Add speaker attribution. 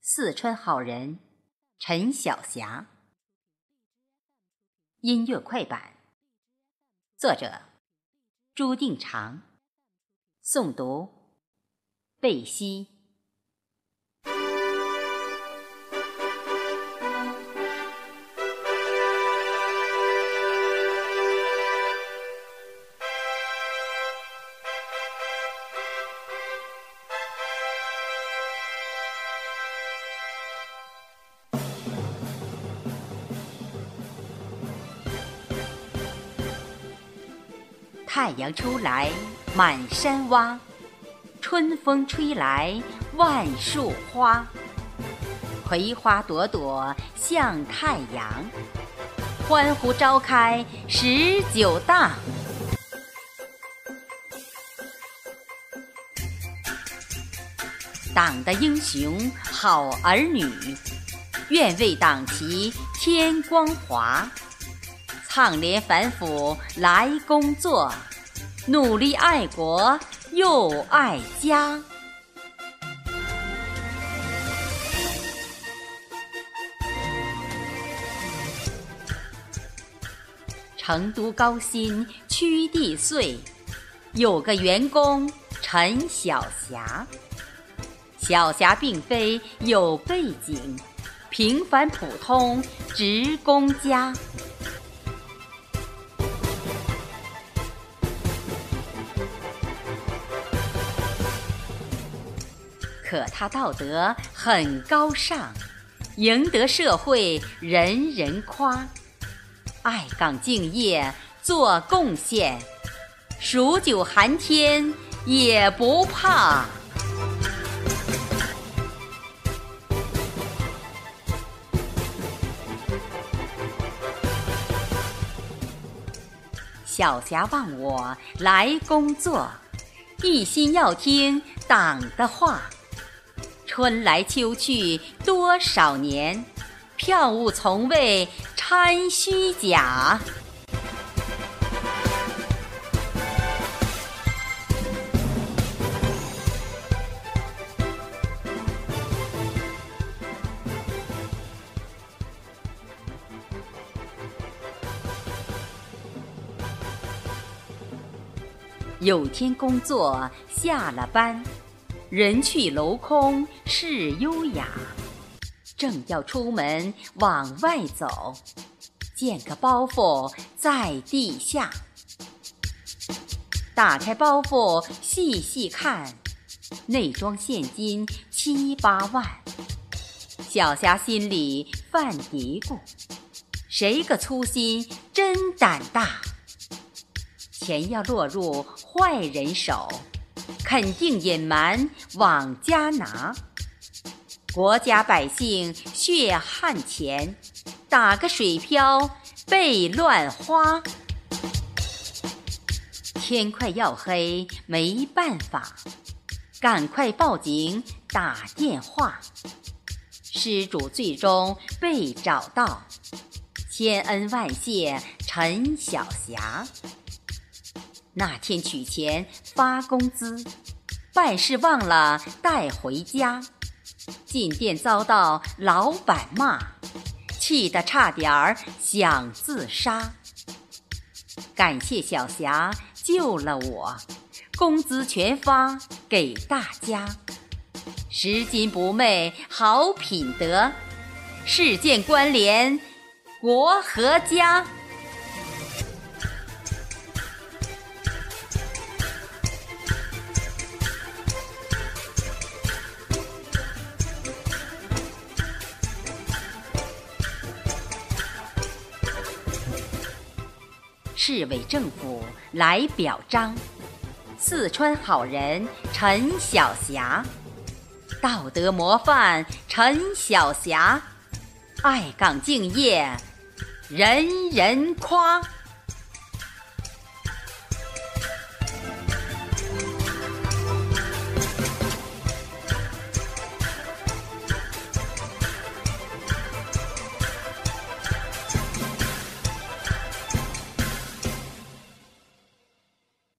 Speaker 1: 四川好人陈晓霞。音乐快板，作者朱定长，诵读贝西。太阳出来满山洼，春风吹来万树花，葵花朵朵向太阳，欢呼召开19大。党的英雄好儿女，愿为党旗添光华，苍莲反腐来工作，努力爱国又爱家。成都高新区地穗，有个员工陈晓霞。晓霞并非有背景，平凡普通职工家。可他道德很高尚，赢得社会人人夸，爱岗敬业做贡献，数9寒天也不怕。晓霞望我来工作，一心要听党的话。春来秋去多少年，票务从未掺虚假。有天工作下了班，人去楼空是优雅，正要出门往外走，见个包袱在地下。打开包袱细细看，内装现金7、8万。晓霞心里犯嘀咕，谁个粗心真胆大，钱要落入坏人手，肯定隐瞒往家拿。国家百姓血汗钱，打个水漂被乱花。天快要黑没办法，赶快报警打电话。失主最终被找到，千恩万谢陈晓霞。那天取钱发工资，办事忘了带回家，进店遭到老板骂，气得差点想自杀。感谢晓霞救了我，工资全发给大家。拾金不昧好品德，事件关联国和家。市委政府来表彰四川好人陈晓霞，道德模范陈晓霞，爱岗敬业人人夸。